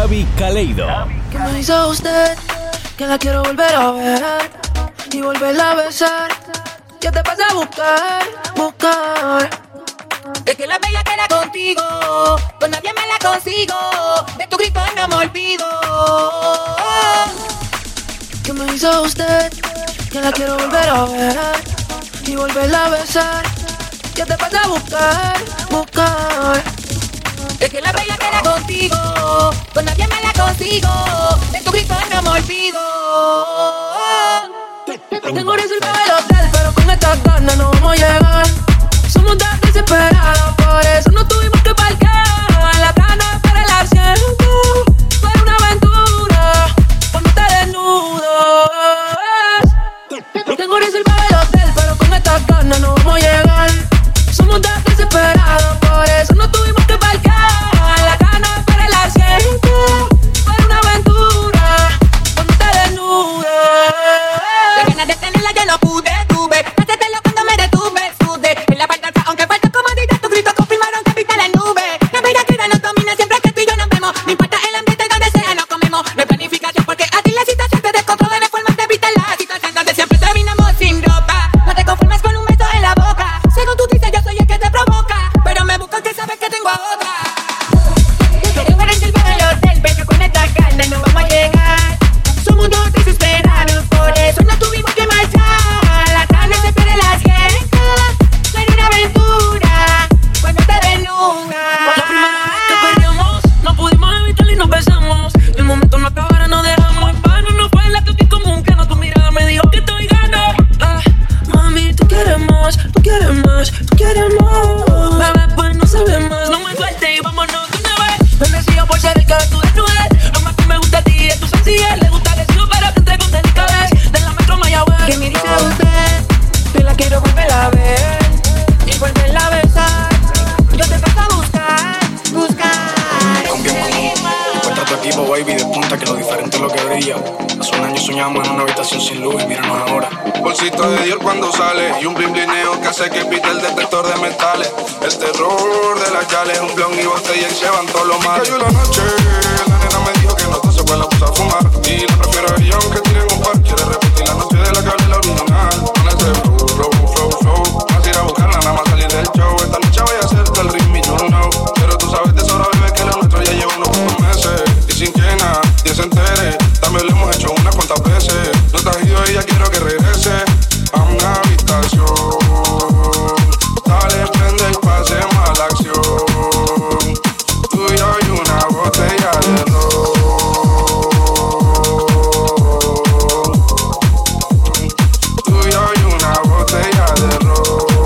Javi Kaleido. ¿Qué me hizo usted? Que la quiero volver a ver y volverla a besar. ¿Qué te pasa a buscar? Es que la bella que era contigo, con nadie me la consigo. De tu grito no me olvido. ¿Qué me hizo usted? Que la quiero volver a ver y volverla a besar. ¿Qué te pasa a buscar? Es que la bella que era contigo, con nadie me la consigo. De tu grito no me olvido. Tengo reservado el hotel, pero con estas ganas no vamos a llegar. Somos tan desesperados, por eso no tuvimos que parquear. La gana para el asiento fue una aventura cuando te desnudas. Tengo reservado el hotel, pero con estas ganas no vamos a llegar. Somos tan desesperados, por eso no tuvimos que parquear. La gana para el asiento fue una aventura cuando te desnudas. La ganas de tenerla ya no pude, tuve. Hacértelo cuando me detuve, sudé. En la parte alta, aunque falta comodidad, tus gritos confirmaron que viste la nube. La vida que nos domina siempre que tú y yo nos vemos. No importa el ambiente donde sea, nos comemos. No hay planificación porque a ti la situación te descontrola de forma de evitar la situación donde siempre terminamos sin ropa. No te conformes con un beso en la boca. Según tú dices, yo soy el que te provoca. Pero me buscas que sabes que tengo a otra. Tengo reservado el hotel, pero con esta carne no vamos a llegar. Somos dos desesperados, por eso no tuvimos que marchar. La carne se pierde la siesta. Fue una aventura cuando te desnudas. La primera vez que peleamos, no pudimos evitarlo y nos besamos. El momento no acabara, no dejamos. En vano no fue la que vi común, que no tu mirada me dijo que estoy gano. Mami, tú quieres más, tú quieres más, tú quieres más. Bebé, pues no sabes más, no me suelte y vámonos de una vez. Bendecido por ser el que tú desnudes. Lo más que me gusta a ti es tu sencillez. Le gusta que sigo, pero te entrego un delicadez. De la metro Mayagüez. ¿Qué me dice usted? Que la quiero volver a ver y volverla a besar. Yo te paso a buscar. Confía en mí, encuentra tu equipo, baby, de punta que lo diferente es lo que brilla. Hace un año soñamos en una habitación sin luz y míranos ahora. Bolsito de Dior cuando sale y un blineo que hace que pite el detector de metales. El terror de las yales, un blon y botella y se van todos los males. Cayó la noche, la nena me dijo que no te se puede a fumar y la prefiero a ella aunque tiren un par. Quiere repetir la noche de la que hablé la original. Con ese flow. Vas a ir a buscarla, nada más salir del show. Esta noche voy a hacerte el ritmo y you know. Pero tú sabes de sobra, bebé, que lo nuestro ya lleva unos cuantos meses. Y sin que nadie se entere, también lo hemos hecho unas cuantas veces. No te has ido y ya quiero que regrese a una habitación. Dale, prende y pasemos a la acción. Tú y yo y una botella de ron. Tú y yo y una botella de ron.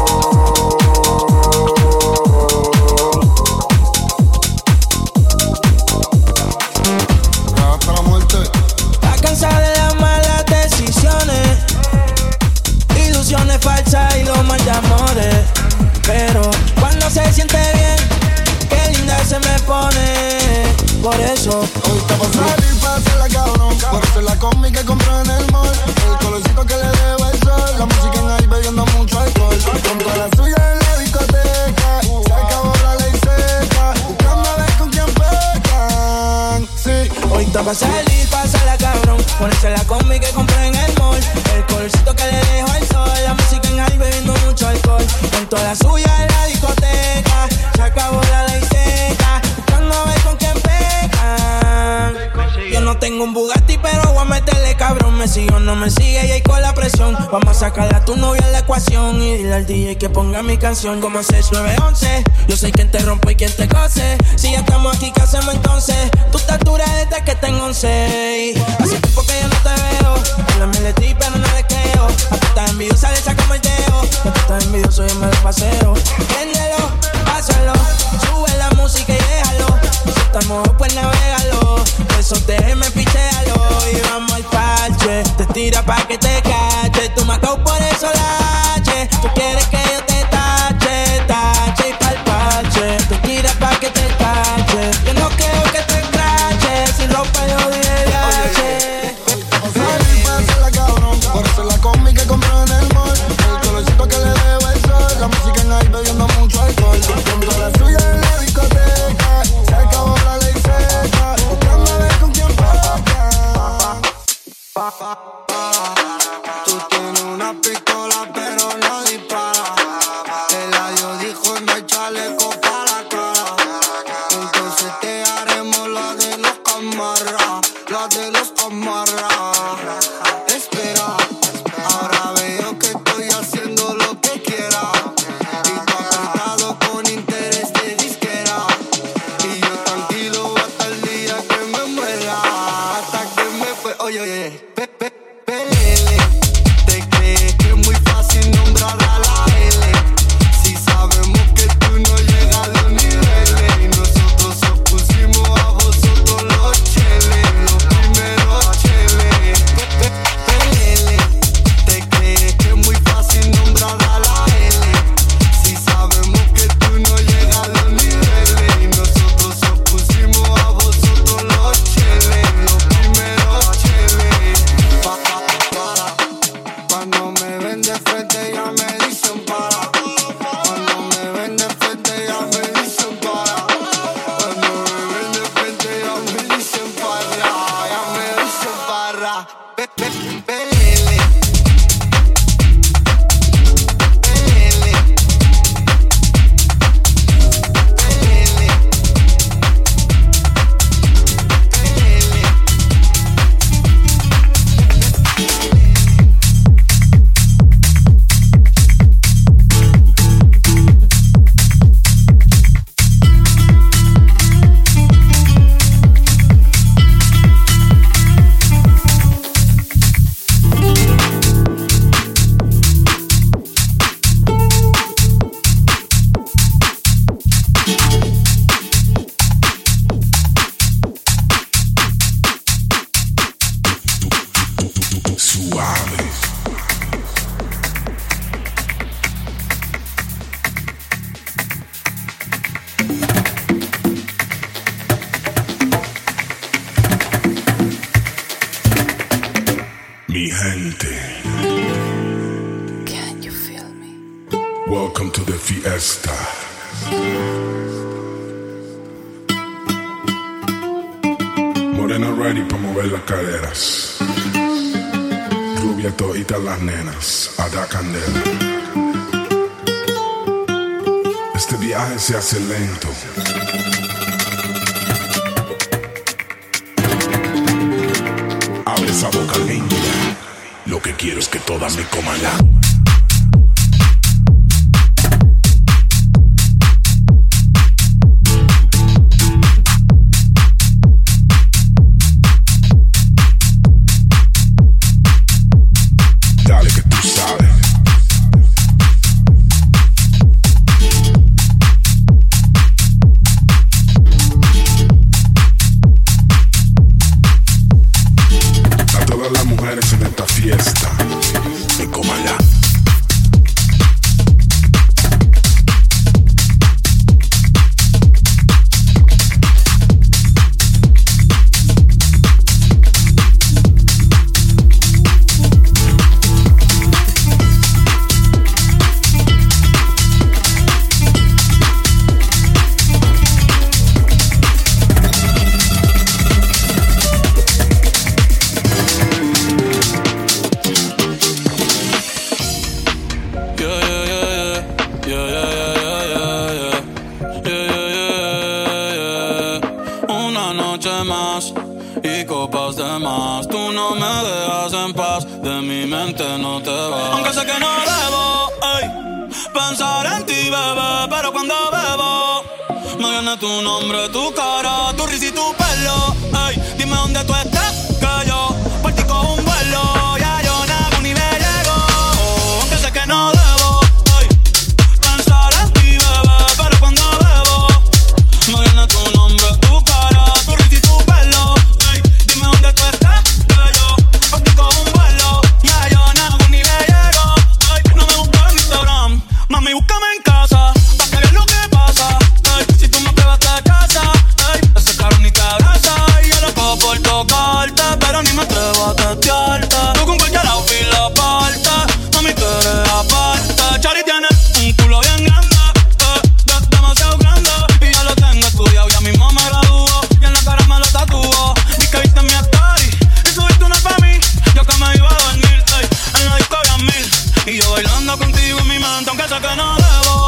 Hasta la muerte. Está cansada de las malas decisiones, ilusiones falsas y los mal de amores. Pero cuando se siente bien, qué linda se me pone. Por eso Hoy está por salir para hacerla cabrón. Por eso la combi que compró en el mall. El colorcito que le debo el sol. La música en ahí bebiendo mucho alcohol. Con toda la suya en la discoteca. Se acabó la ley seca. Buscando a ver con quién pecan. Sí. hoy está para salir, pasarla cabrón. Ponerse la combi que compré en el mall. El colorcito que le dejo al sol. La música en ahí bebiendo mucho alcohol. Con toda la suya en la discoteca. Se acabó la ley seca. Buscando a ver con quién pecan. Yo no tengo un Bugatti, pero voy a meterle cabrón. Me sigue o no me sigue y ahí con la presión. Vamos a sacarle a tu novia en la ecuación. Y dile al DJ que ponga mi canción como 6911. Yo soy quien te rompe y quien te cose. Si ya estamos aquí, ¿qué hacemos entonces? Tú te duras desde que tengo 11. Hace tiempo que yo no te veo. Háblame de ti, pero no le creo. A tú estás envidiosa, le sacamos el dedo. A tú estás envidioso, yo me lo paseo. Préndelo, pásalo. Sube la música y déjalo. Si estamos, pues navégalo. Eso déjeme, pichéalo. Y vamos al parche. Te tira pa' que te cache. Tú me acabo por eso lache. Tú quieres que yo te tache y pa'l parche. Te tira pa' que te cache. Yo no quiero que te escrache. Sin ropa yo diré lache. Salir para hacerla cabrón. Por eso la combi que compró en el mall. El colorcito que le debo el sol. La música en ahí bebiendo mucho alcohol. Con toda la suya en la discoteca. Se acabó la ley seca. Buscando Mi gente. Can you feel me? Welcome to the fiesta. Morena ready pa' mover las caderas. Rubia toditas las nenas, a dar candela. Este viaje se hace lento. Abre esa boca linda. Lo que quiero es que todas me coman la. Dale que tú sabes. A todas las mujeres en esta fiesta, me coman la. Una noche más y copas de más. Tú no me dejas en paz, de mi mente no te vas. Aunque sé que no debo pensar en ti, bebé, pero cuando bebo me viene tu nombre, tu cara, tu risa y tu pelo. Dime dónde tú estás, que yo por ti cojo un vuelo. Ya yo nago ni me llego, aunque sé que no debo pensar en ti, bebé, pero cuando bebo me viene tu nombre, tu cara, tu risa y tu pelo. Dime dónde tú estás, que yo por ti cojo un vuelo. Ya yo nago ni me llego. No me busques en Instagram, mami, búscame en casa, pa' que veas lo que pasa. Si tú me pruebas de casa, ese carro ni te abraza. Y yo loco por tocarte, pero ni me atrevo a testearte. Tú con cualquier outfit la parte, mami, tú eres aparte. Chari tiene un culo bien grande, demasiado grande. Y yo lo tengo estudiado, ya mismo me gradúo. Y en la cara me lo tatúo. Vi que viste mi story y subiste una pa' mí. Yo que me iba a dormir, en la disco había 1000. Y yo bailando contigo en mi mente, aunque sé que no debo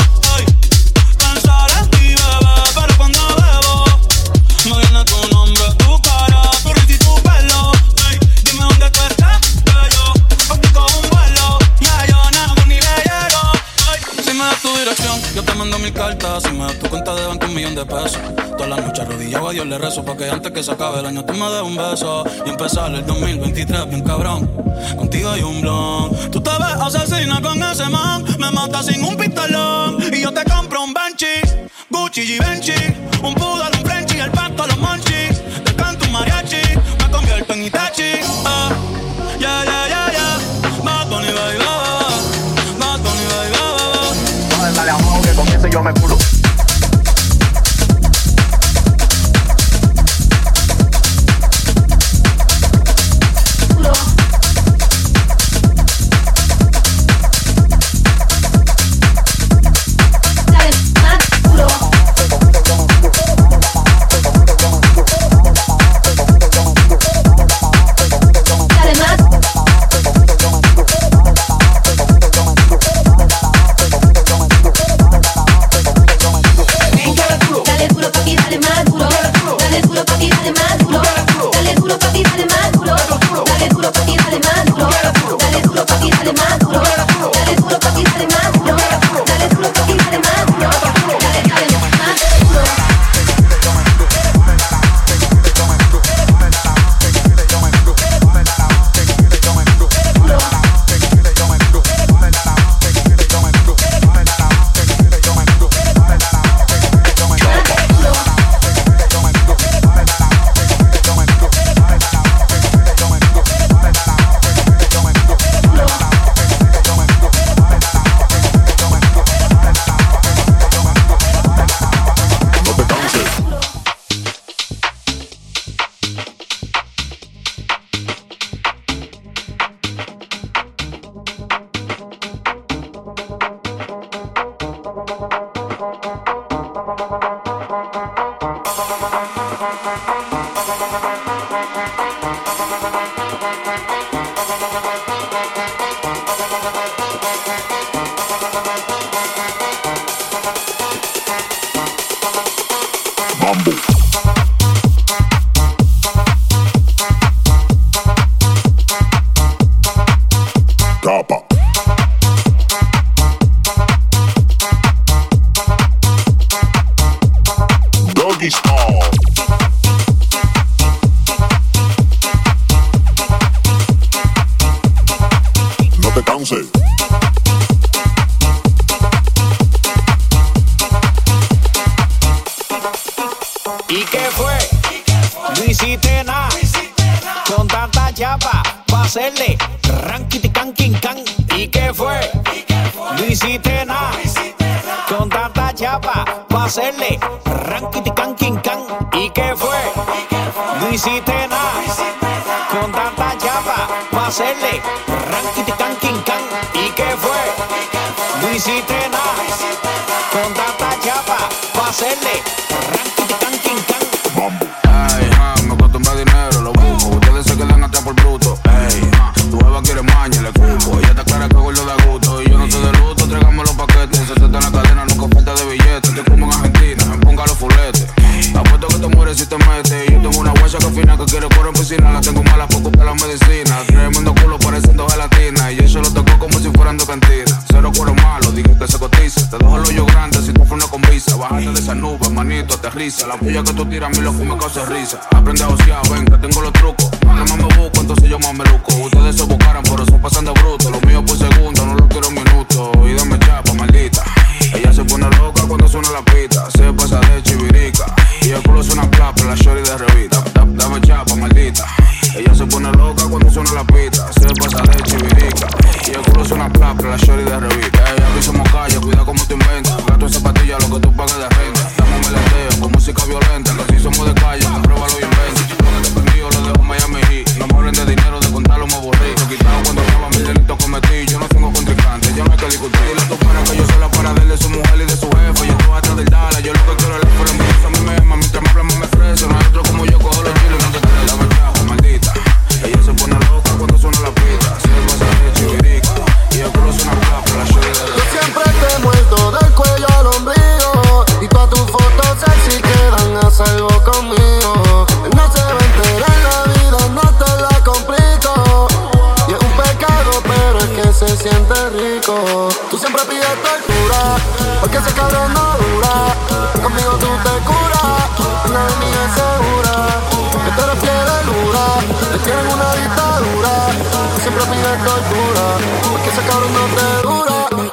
pensar en ti, bebé, pero cuando bebo me viene tu nombre, tu cara, tu risa y tu pelo. Dime dónde tú estás, que yo por ti cojo un vuelo. Ya yo nago ni le llego. Si me das tu dirección, yo te mando 1000 cartas. Si me das tu cuenta de banco, 1.000.000 de pesos. Todas las noches arrodillado a Dios le rezo, porque antes que se acabe el año tú me des un beso y empezar el 2023 bien cabrón. Contigo hay un blon. Tú te ves asesina con ese man, me matas sin un pistolón. Y yo te compro un Banshee, Gucci, Givenchy, un poodle, un Frenchie, el pasto, los monchis. Te canto un mariachi, me convierto en Itachi. Yeah, yeah, yeah, yeah. Bad Bunny, baby, Bad Bunny, baby. Dale a modo que comience yo me culo. Dale, más culo. ¿Y qué fue? No hiciste nada con tanta chapa pa' hacerle ranquiti can king can. ¿Y qué fue? No hiciste nada con tanta chapa pa' hacerle ranquiti can king can. ¿Y qué fue? No hiciste nada con tanta chapa pa' hacerle ranquiti can king can. ¿Y qué fue? No hiciste nada con tanta chapa pa' hacerle ranquiti can king can. Ay, me acostumbré a dinero, lo busco. Ustedes se quedan atrás por bruto. Ey, tu jeva quiere maña, le cupo. Ella está clara que gordo da gusto. Y yo no te de luto, tráigame los paquetes. Se te está en la cadena, nunca falta de billetes. Te como en Argentina, me ponga los fuletes. Apuesto que te mueres si te metes. Yo tengo una huella que fina que quiere correr en piscina. La tengo mala poco para la medicina. Tremendo culo pareciendo gelatina. Y eso lo tocó como si fueran de cantina. Cero cuero malo, dije que se cotiza. Te dejo el hoyo grande si tú fueras con visa. Bájate de esa nube, manito, aterriza. La puya que tú tiras a mí loco me causa risa. Aprende a osear, ven que tengo los trucos. Que más me busco, entonces yo más me luco. Ustedes se buscaran, pero son pasando bruto. Los míos por segundo, no los quiero minutos. Y dame chapa, maldita. Ella se pone loca cuando suena la pita. Se pasa de chivirica. Y el culo suena plapa, la shorty de revista. Dame chapa, maldita. Ella se pone loca cuando suena la pita. Se pasa de chivirica. Y el culo suena plapa, la shorty de revista. Ella aquí somos calle, cuida como te inventas. Gato en zapatilla, lo que tú pagas de renta. Dame un meleteo con música violenta. Que si somos de calle, que pruébalo y inventa. Lo que te perdido lo dejo Miami Heat. No me hablen de dinero, de contarlo me aburrí. Lo quitado cuando estaba mi delito cometí. Yo no tengo contrincante, ya no hay que discutir. Dile a tu pana que yo soy la para de su mujer y de su jefe. Yo estoy atrás del Dala, yo lo que quiero es la fuera mía. A mí me ama, mientras me hablan me crece. No hay otro como yo, cojo los chiles y no te crees. Dame chapa, maldita. Ella se pone loca cuando suena la pita. Se pasa de chivirica. Y el culo suena plapa, la shorty de Yo siempre te muerdo del cuello al ombligo. Y todas tus fotos sexy quedan a salvo conmigo. No se va a enterar en la vida, no te la complico. Y es un pecado, pero es que se siente rico. Tú siempre pides tortura, porque ese cabrón no dura. Conmigo tú te curas, la de mí es segura. Que te refieres dura, te tienen una dictadura. Tú siempre pides tortura, porque ese cabrón no te dura.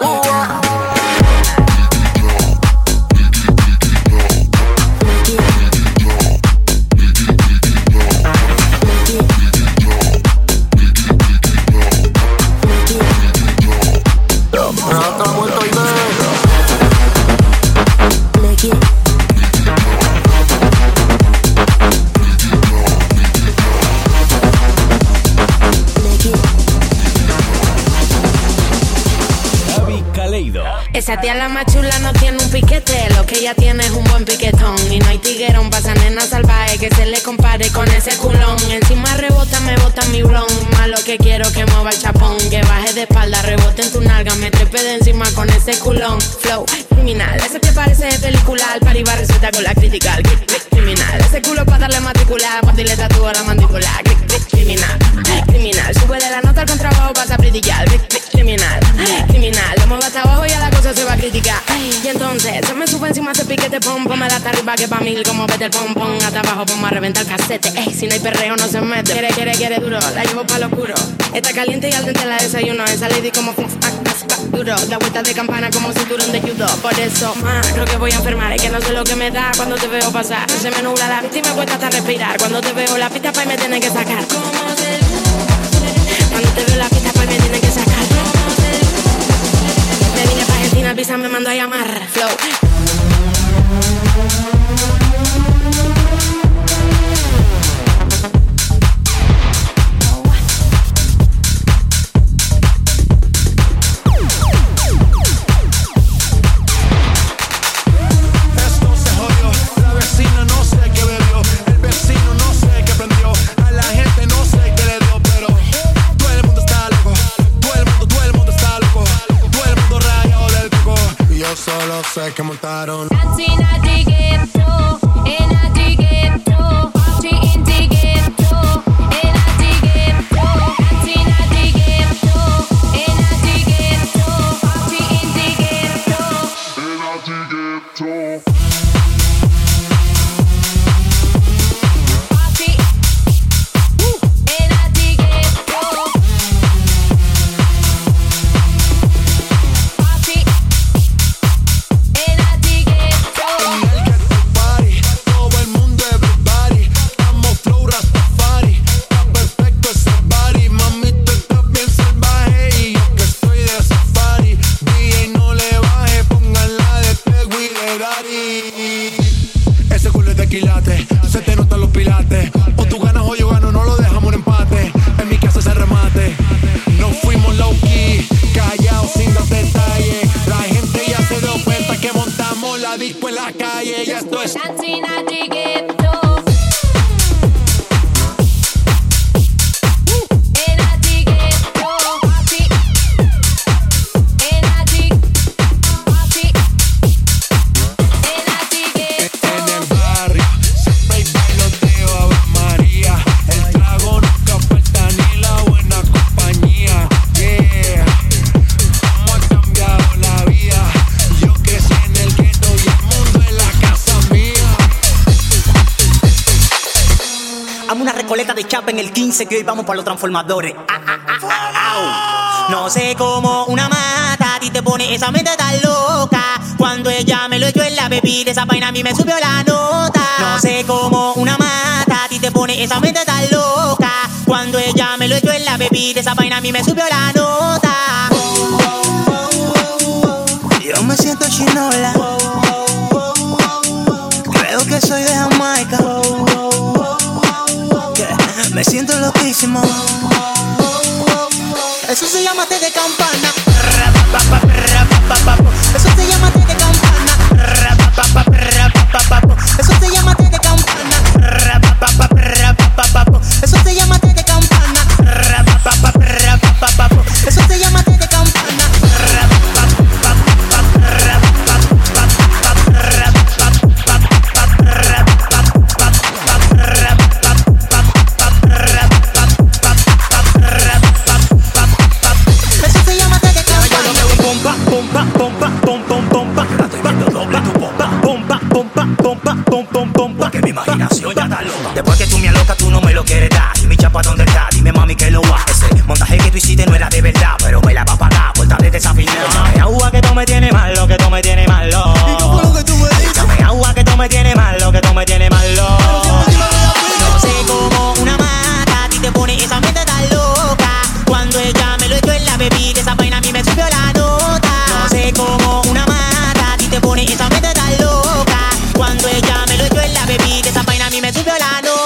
Esa tía la más chula no tiene un piquete. Lo que ella tiene es un buen piquetón. Y no hay tiguerón pa' esa nena salvaje que se le compare con ese culón. Encima rebota, me bota mi blon. Más lo que quiero que mueva el chapón. Que baje de espalda, rebote en tu nalga. Me trepe de encima con ese culón. Flow criminal, ese que parece de película. Al par iba resulta con la crítica. Criminal, ese culo pa' darle matricular. Pa' ti le tatúa la mandíbula. Criminal, criminal. Sube de la nota al contrabajo, vas a brillar. Criminal, criminal. Lo muevo hasta abajo y a la cosa se va a criticar. Y entonces se me sube encima ese piquete pom. Ponme la hasta arriba que pa' mí como vete el pom pom. Hasta abajo ponme a reventar el casete. Si no hay perreo no se mete. Quiere duro, la llevo pa' lo oscuro. Está caliente y al dente la desayuno. Esa lady como duro. Da vueltas de campana como cinturón de judo. Por eso, creo que voy a enfermar. Es que no sé lo que me da cuando te veo pasar. Se me nubla la vista y me cuesta hasta respirar. Cuando te veo la pista pa' y me tienen que sacar. Cuando te veo la pista pa' y me tienen que sacar. Me vine pa' Argentina, el visa me mandó a llamar. Flow. Esto se jodió, la vecina no se yate, se te notan los pilates. O tú ganas o yo gano, no lo dejamos en empate. En mi casa se remate. Nos fuimos low key, callados sin dar detalles. La gente ya se dio cuenta que montamos la disco en la calle. Ya esto es de chapa en el 15 que hoy vamos para los transformadores. No sé cómo una mata a ti te pone esa mente tan loca. Cuando ella me lo echó en la bebida, esa vaina a mí me subió la nota. No sé cómo una mata a ti te pone esa mente tan loca. Cuando ella me lo echó en la bebida, esa vaina a mí me subió la nota. Yo me siento chinola. Creo que soy de Jamaica. Me siento loquísimo. Eso se llama té de campana. Eso se llama té de campana. Eso se llama té de campana. Eso se llama té de campana. Eso se llama té de campana. Después que tú me alocas, tú no me lo quieres dar. Y mi chapa, ¿dónde está? Dime, mami, que lo haces. Ese montaje que tú hiciste no era de verdad, pero me la va a pagar por tal de desafinar. Échame agua que tú me tienes malo, que tú me tienes malo. ¿Y qué fue lo que tú me dices? Échame agua que tú me tienes malo, que tú me tienes malo. No sé cómo una mata a ti te pone esa mente tan loca. Cuando ella me lo echó en la bebida, esa vaina a mí me subió la nota. No sé cómo una mata a ti te pone esa mente tan loca. Cuando ella me lo echó en la bebida, esa vaina a mí me subió la nota.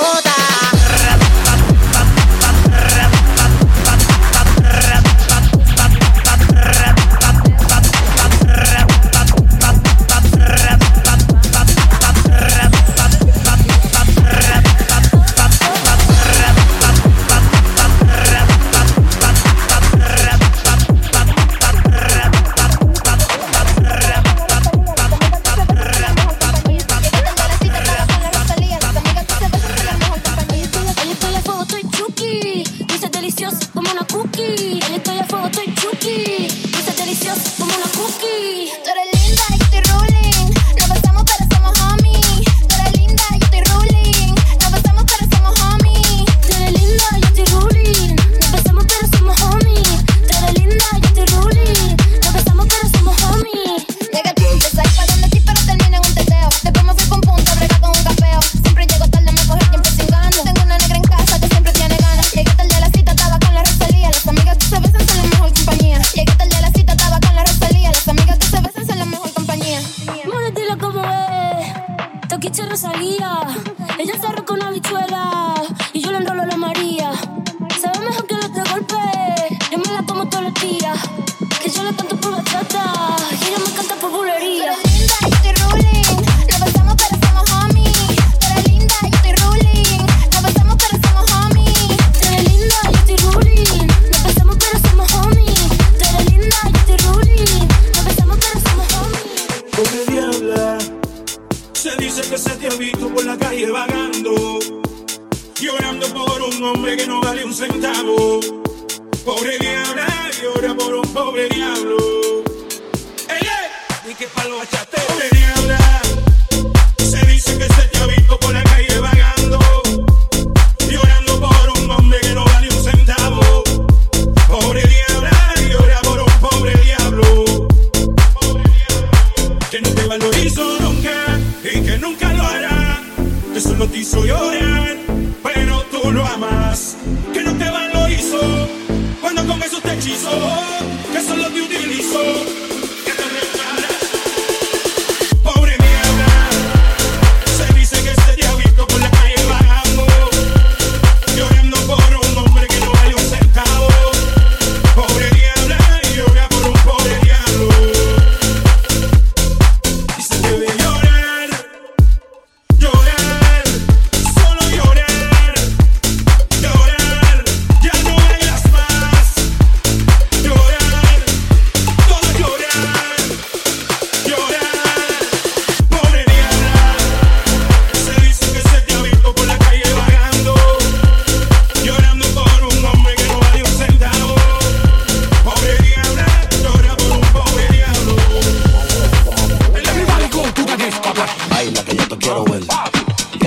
Pobre diabla, se dice que se te ha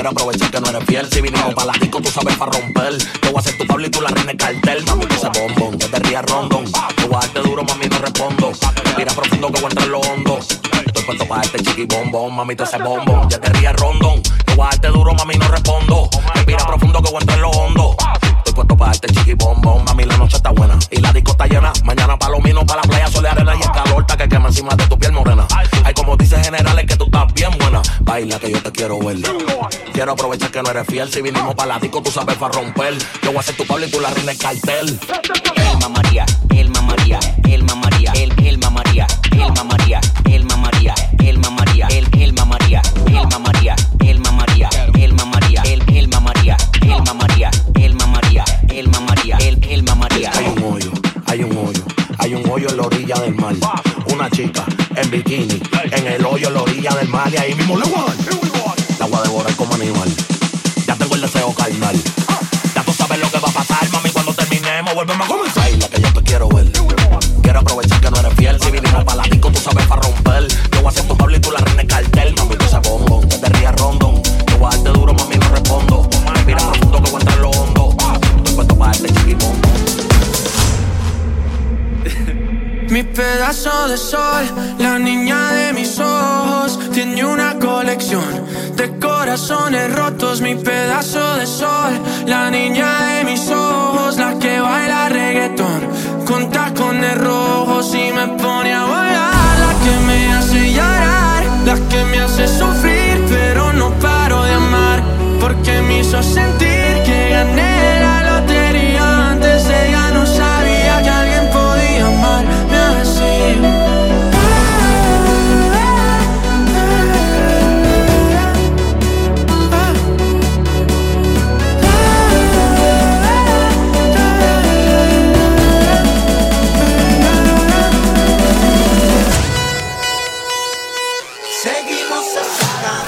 Quiero aprovechar que no eres fiel. Si vinimos pa' la disco, tú sabes pa' romper. Yo voy a ser tu Pablo y tú la reina del cartel. Mami, tú ese bombón, yo te rías rondón. Yo voy a darte duro, mami, no respondo. Respira profundo que voy a entrar en lo hondo. Estoy puesto pa' darte chiqui bombón. Mami, tú ese bombón, yo te rías rondón. Yo voy a darte duro, mami, no respondo. Respira profundo que voy a entrar en lo hondo. Estoy puesto pa' darte chiqui bombón. Mami, la noche está buena y la disco está llena. Mañana palomino pa' la playa, sol y arena. Y el calor está que quema encima de tu piel morena. Ay, como dice general, es que tú estás bien buena. Baila que yo te quiero ver. Quiero aprovechar que no eres fiel. Si vinimos pa' la disco, tú sabes pa' romper. Yo voy a ser tu Pablo y tú la reina del cartel. El mamaría, el mamaría, el mamaría, el mamaría, el mamaría, el mamaría, el mamaría, el mamaría, el mamaría, el mamaría, el mamaría, el mamaría, el mamaría, el mamaría, el mamaría, el mamaría. Hay un hoyo, hay un hoyo, hay un hoyo en la orilla del mar. Una chica en bikini, en el hoyo en la orilla del mar. Y ahí mismo le voy a dar. La voy a devorar como animal. Ya tengo el deseo carnal. Ya tú sabes lo que va a pasar, mami, cuando terminemos. Volvemos a comenzar. Baila que yo te quiero ver. Quiero aprovechar que no eres fiel. Si vinimos pa' la disco, tú sabes pa' romper. Yo voy a ser tu Pablo y tú la reina del cartel. Mami, tú ese bombón, yo te rías rondón. Yo voy a darte duro, mami, no respondo. Respira profundo que voy a entrar en lo hondo. Estoy puesto pa' darte chiquibombo. Mi pedazo de sol, la niña de mis ojos, tiene una colección de corazones rotos. Mi pedazo de sol, la niña de mis ojos, la que baila reggaetón con tacones rojos y me pone a bailar. La que me hace llorar, la que me hace sufrir, pero no paro de amar, porque me hizo sentir que gané la lotería. Antes ella no sabía que alguien podía amarme así. Seguimos sacando.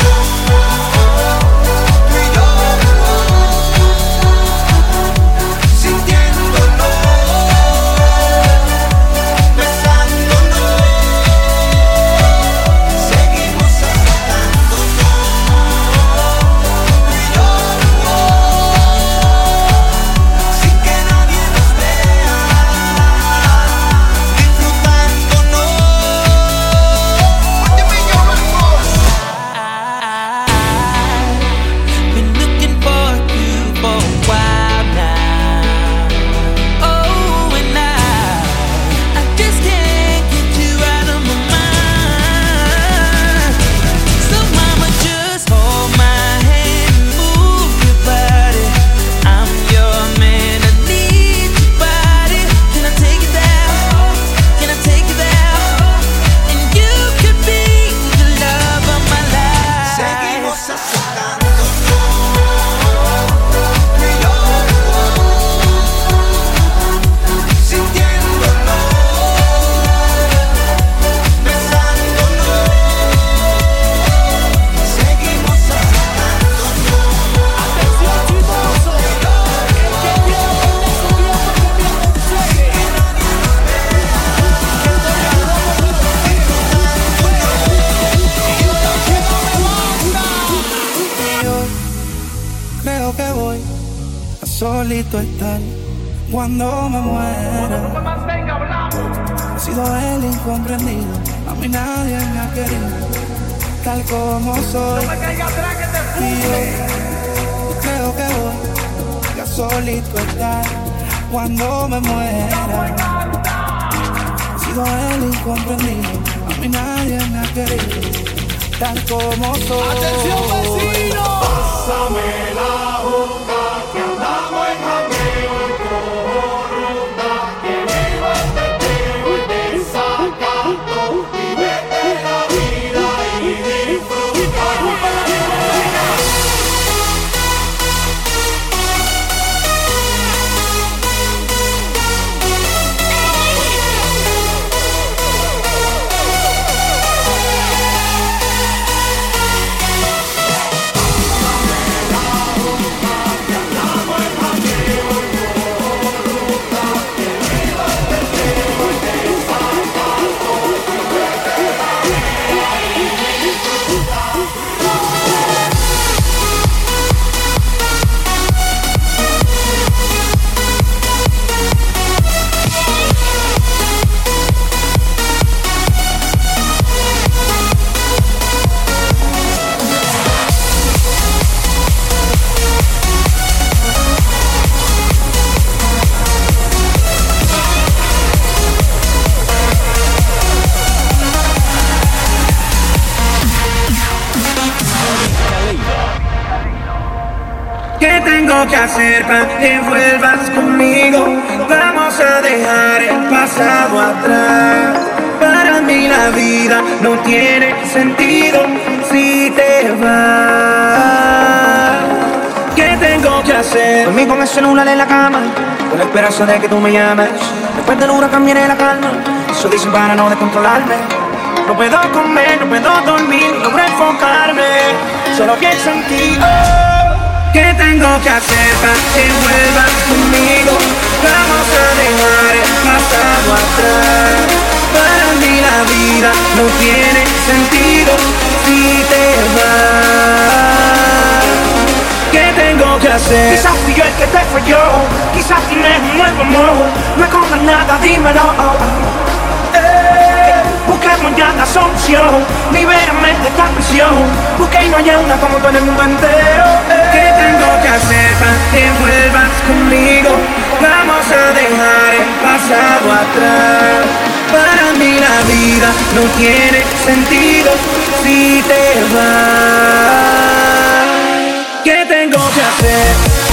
solito estar cuando me muera. He sido el incomprendido, a mí nadie me ha querido tal como soy. Y yo creo que voy a solito estar cuando me muera. He sido el incomprendido, a mí nadie me ha querido tal como soy. ¡Atención, vecino! Pásame la boca que andamos en jangueo y cojo ruta, que vivo el teteo y desacato, vivete la vida y disfruta. ¿Qué tengo que hacer para que vuelvas conmigo? Vamos a dejar el pasado atrás. Para mí la vida no tiene sentido si te vas. ¿Qué tengo que hacer? Dormí con el celular en la cama, con la esperanza de que tú me llames. Después del huracán viene la calma, eso dicen para no descontrolarme. No puedo comer, no puedo dormir, no logro enfocarme, solo pienso en ti. ¿Qué tengo que hacer para que vuelvas conmigo? Vamos a dejar el pasado atrás. Para mí la vida no tiene sentido si te vas. ¿Qué tengo que hacer? Quizás fui yo el que te falló, quizás tienes un nuevo amor. No escondas nada, dímelo. Busquemos ya la solución, libérame de esta prisión, porque no hay una como tú en el mundo entero. ¿Qué tengo que hacer para que vuelvas conmigo? Vamos a dejar el pasado atrás. Para mí la vida no tiene sentido si te vas. ¿Qué tengo que hacer?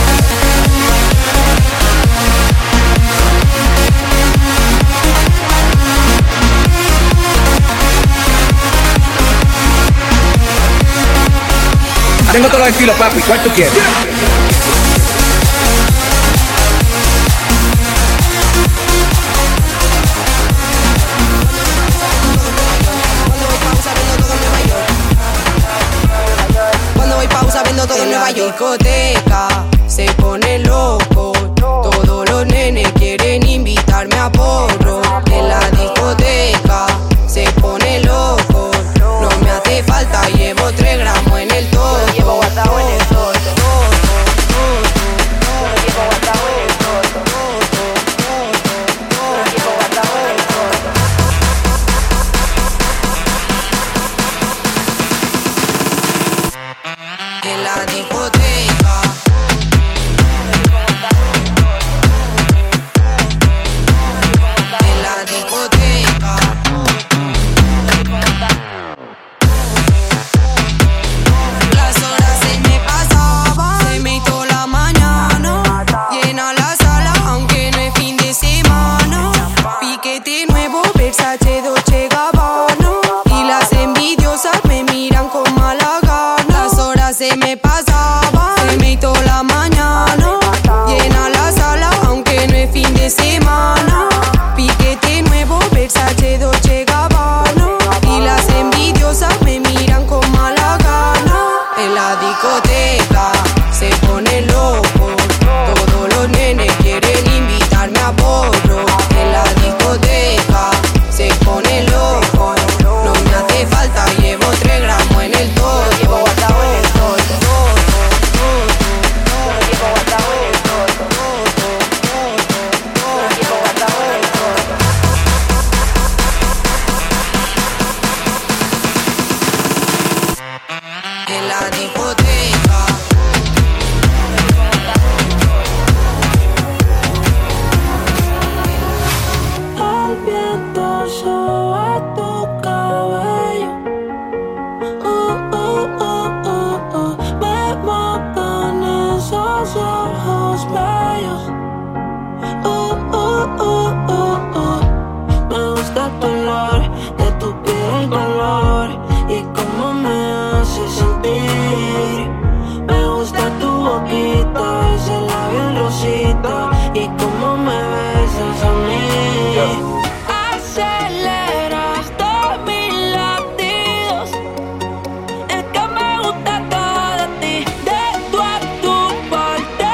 Tengo todos los estilos, papi. ¿Cuál tú quieres? Cuando voy pausa viendo todo en Nueva York. Discoteca se pone loco. Todos los nenes quieren invitarme a porro. En la discoteca se pone loco. No me hace falta, llevo 3 gramos en el todo. Llevo guardado en el todo. En la discoteca en la discoteca las horas se me pasaban, se me hizo la mañana, llena la sala aunque no es fin de semana, piquete nuevo, Versace, Dolce Gabbana, y las envidiosas me miran con mala gana. Las horas se me pasaban, se me hizo la mañana, llena la sala aunque no es fin de semana, piquete nuevo, Versace, Dolce Gabbana, y las envidiosas me miran con mala gana. En la discoteca se pone loco, todos los nenes quieren invitarme a porro. En la discoteca se pone loco, no me hace falta, llevo 3 gramos en el todo. Llevo guardado en el todo. Llevo guardado en el todo. Llevo guardado en el todo. En la discoteca El viento sobre tu cabello. Me matan esos ojos bellos. Me gusta tu olor, de tu piel el color y cómo me hace sentir. Me gusta tu boquita, ese labial rosita y cómo me besas a mí. Aceleraste mis latidos, es que me gusta todo de ti, de tu a tu parte.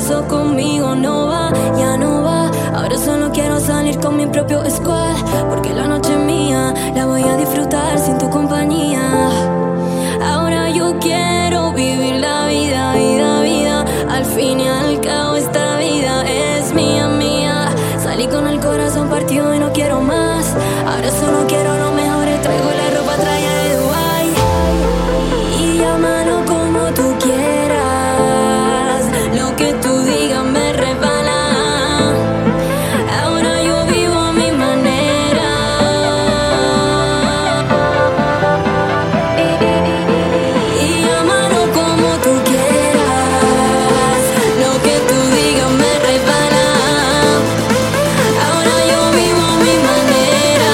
eso conmigo no va, ya no va. Ahora solo quiero salir con mi propio squad, porque la noche es mía, la voy a disfrutar sin tu compañía. Ahora yo quiero vivir la vida, vida, vida. Al fin y al cabo esta vida es mía, mía. Salí con el corazón partido y no quiero más. Ahora solo quiero lo mejor, traigo la ropa traída de Dubai. Y llámalo como tú quieras, lo que tú digas me resbala. Ahora yo vivo a mi manera. Y llámalo como tú quieras, lo que tú digas me resbala. Ahora yo vivo a mi manera.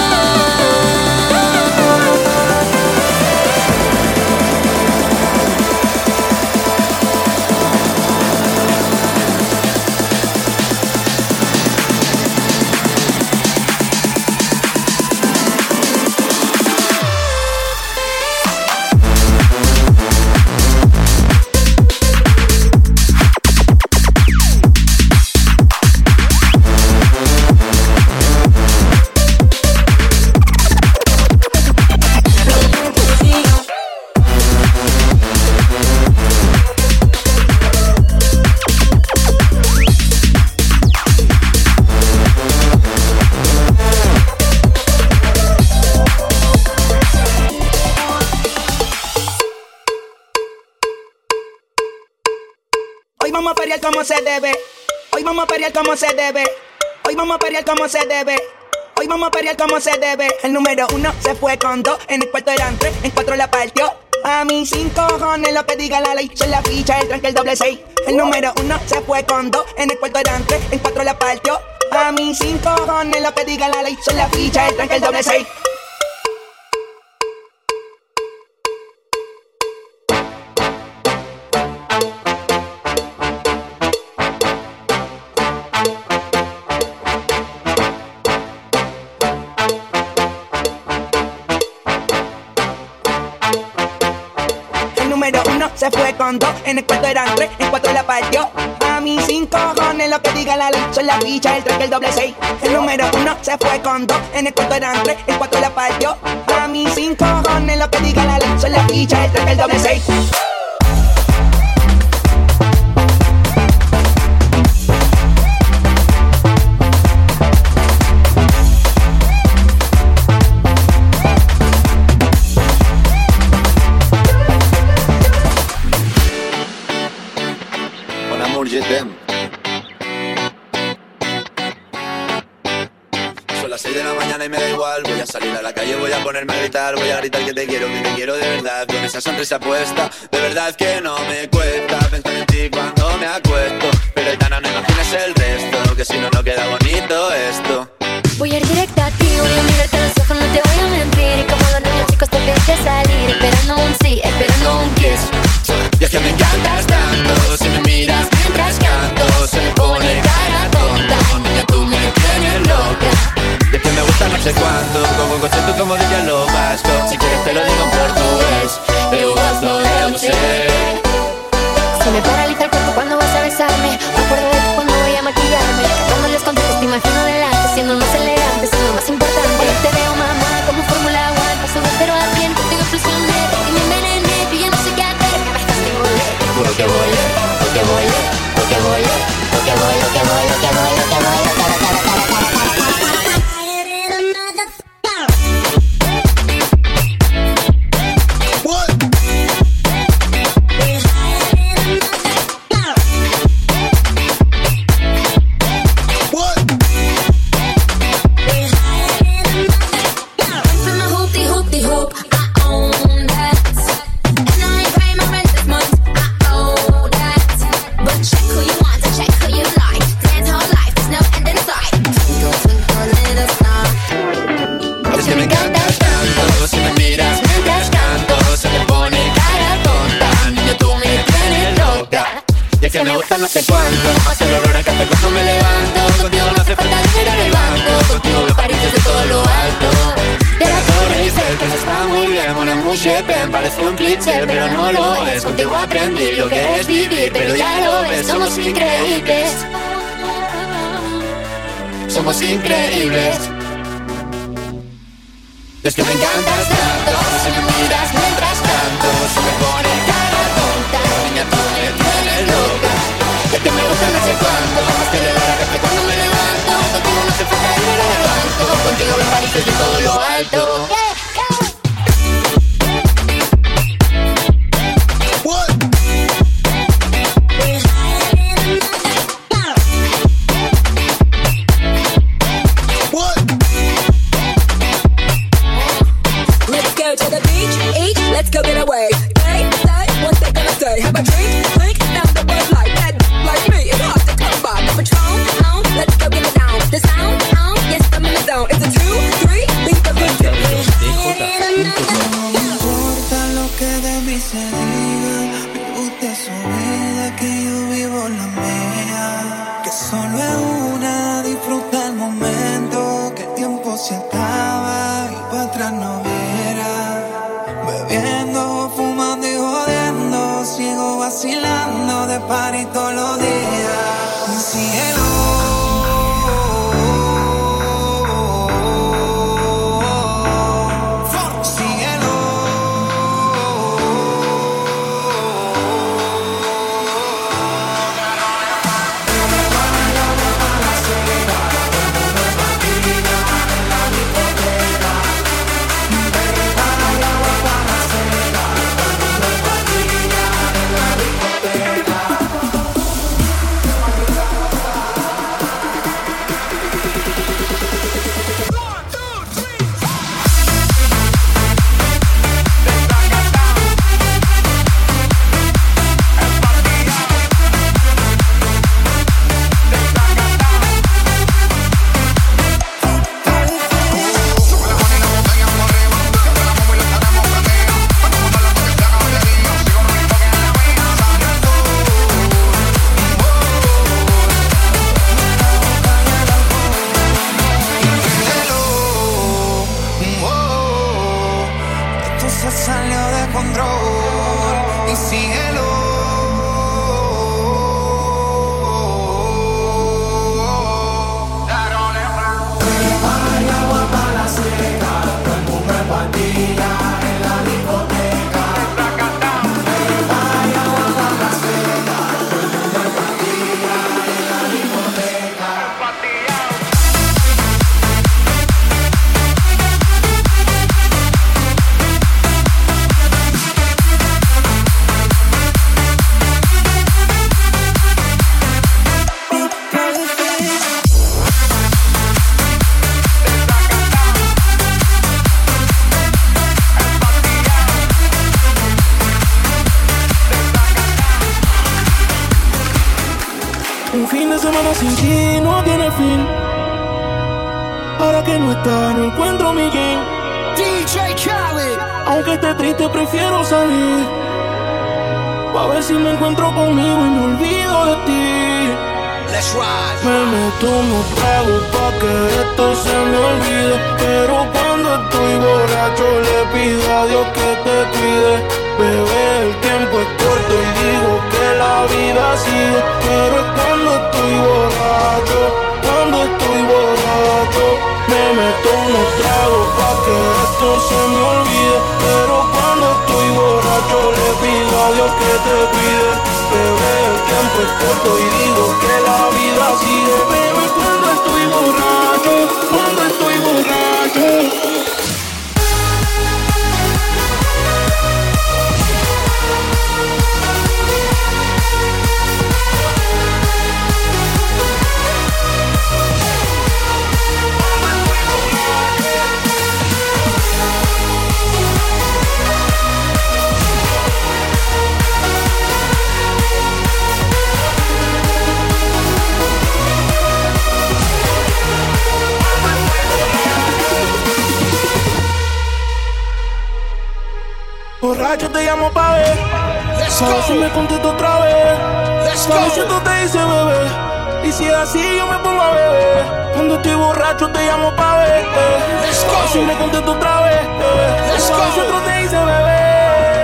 Hoy vamos a pelear como se debe. Hoy vamos a pelear como se debe. Hoy vamos a pelear como se debe. Hoy vamos a pelear como se debe. El número 1 se fue con 2. En el cuarto eran 3, en 4 la partió. A mí 5 cojones lo que diga la ley. Soy la ficha, el tranque, el doble 6. El número 1 se fue con 2. En el cuarto eran 3, en 4 la partió. A mí 5 cojones lo que diga la ley. Soy la ficha, el tranque, el doble 6. El número 1 se fue con 2. En el cuarto eran 3, en 4 la partió. A mí 5 cojones lo que diga la ley. Soy la ficha, el tranque, el doble 6. El número 1 se fue con 2. En el cuarto eran 3, en 4 la partió. A mí 5 cojones lo que diga la ley. Soy la ficha, el tranque, el doble 6. Mon amour, je t'aime. Son las 6 de la mañana y me da igual. Voy a salir a la calle, voy a ponerme a gritar. Voy a gritar que te quiero de verdad. Con esa sonrisa puesta, de verdad que no me cuesta pensar en ti cuando me acuesto. Pero Aitana, no imagines el resto, que si no, no queda bonito esto. Voy a ir directa a ti, voy a mirarte a los ojos, no te voy a mentir. Y como los niños chicos te pides salir, esperando un sí, esperando un kiss. Y es que me encantas tanto, si me miras mientras canto, se me pone cara tonta. Niña, tú me tienes loca. Y es que me gusta no sé cuánto, como concepto como diría lo vasco. Si quieres te lo digo en portugués, eu gosto de você. Se me paraliza el cuerpo cuando vas a besarme. Me acuerdo de ti cuando voy a maquillarme. Cuando les contesto te imagino delante, siendo el más elegante, siendo el más importante. Te veo mamá como Fórmula 1, paso de 0 a 100, contigo explosioné y me envenené. Y yo no sé qué hacer, me dejaste volver. Juro que voy, porque voy, porque voy, porque voy, porque voy, porque voy, porque voy, que me gusta no sé cuánto. Hace el olor a café cuando me levanto. Contigo no hace falta mirar el banco. Contigo me París desde todo lo alto. De la Torre Eiffel, que está muy bien. Mon amour, je t'aime. parece un cliché, pero no lo es. Contigo aprendí lo que es vivir, pero ya lo ves, somos increíbles. Somos increíbles. Es que me encantas tanto, si me miras mientras canto, se me pone cara tonta. Niña, tú me tienes loca. Es que me gusta no sé cuánto, más que de la café cuando me levanto. Contigo no se falta y me levanto. Contigo me pareces de todo lo alto. Let's go get away. They say what they gonna say. Have a drink, down the road like that. Like me, it's hard to come by. The Patron, let's go get it down. The sound, yes, I'm in the zone. It's a 2, 3, leave the good to me. No importa lo que de mí se diga, vive usted su vida, que yo vivo la mía. Que solo es una, disfruta el momento, que el tiempo se acaba y para atrás no viera. Bebiendo, fumando y jodiendo, sigo vacilando de party todos los días. Cielo, cielo. Sin ti no tiene fin. Ahora que no está, no encuentro mi game. DJ Khaled. Aunque esté triste, prefiero salir pa' ver si me encuentro conmigo y me olvido de ti. Let's ride. Me meto unos tragos pa' que esto se me olvide, pero cuando estoy borracho le pido a Dios que te cuide. Bebé, el tiempo es corto y digo que la vida sigue, pero es cuando estoy borracho, me meto unos tragos pa' que esto se me olvide, pero cuando estoy borracho le pido a Dios que te cuide. Bebé, el tiempo es corto y digo que la vida sigue, pero es cuando estoy borracho, Borracho te llamo pa' ver, a ver si me contesto otra vez. Cuando siento te dice bebé, y si es así yo me pongo a beber. Cuando estoy borracho te llamo pa' ver, a ver si me contesto otra vez. Cuando siento te dice bebé,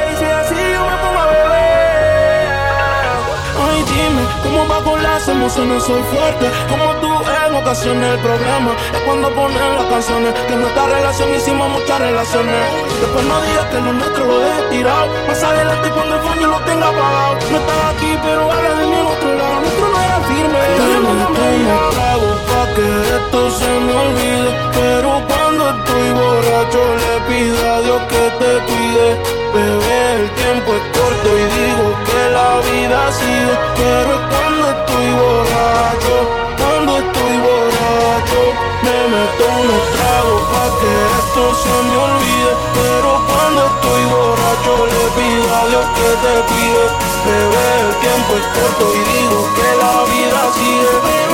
bajo las emociones soy fuerte. Como tú en ocasiones el problema es cuando ponen las canciones. Que en nuestra relación hicimos muchas relaciones. Después no digas que lo nuestro lo dejé tirado. Más adelante cuando el fondo lo tenga apagado. No estás aquí pero habla de mí en otro lado. Nuestro no era firme. Dame un trago pa' que esto se me olvide. Pero cuando estoy borracho le pido a Dios que te cuide. Bebé, el tiempo es corto y digo que la vida sigue. Pero es cuando estoy borracho, me meto unos tragos pa' que esto se me olvide. Pero cuando estoy borracho le pido a Dios que te cuide. Bebé, el tiempo es corto y digo que la vida sigue.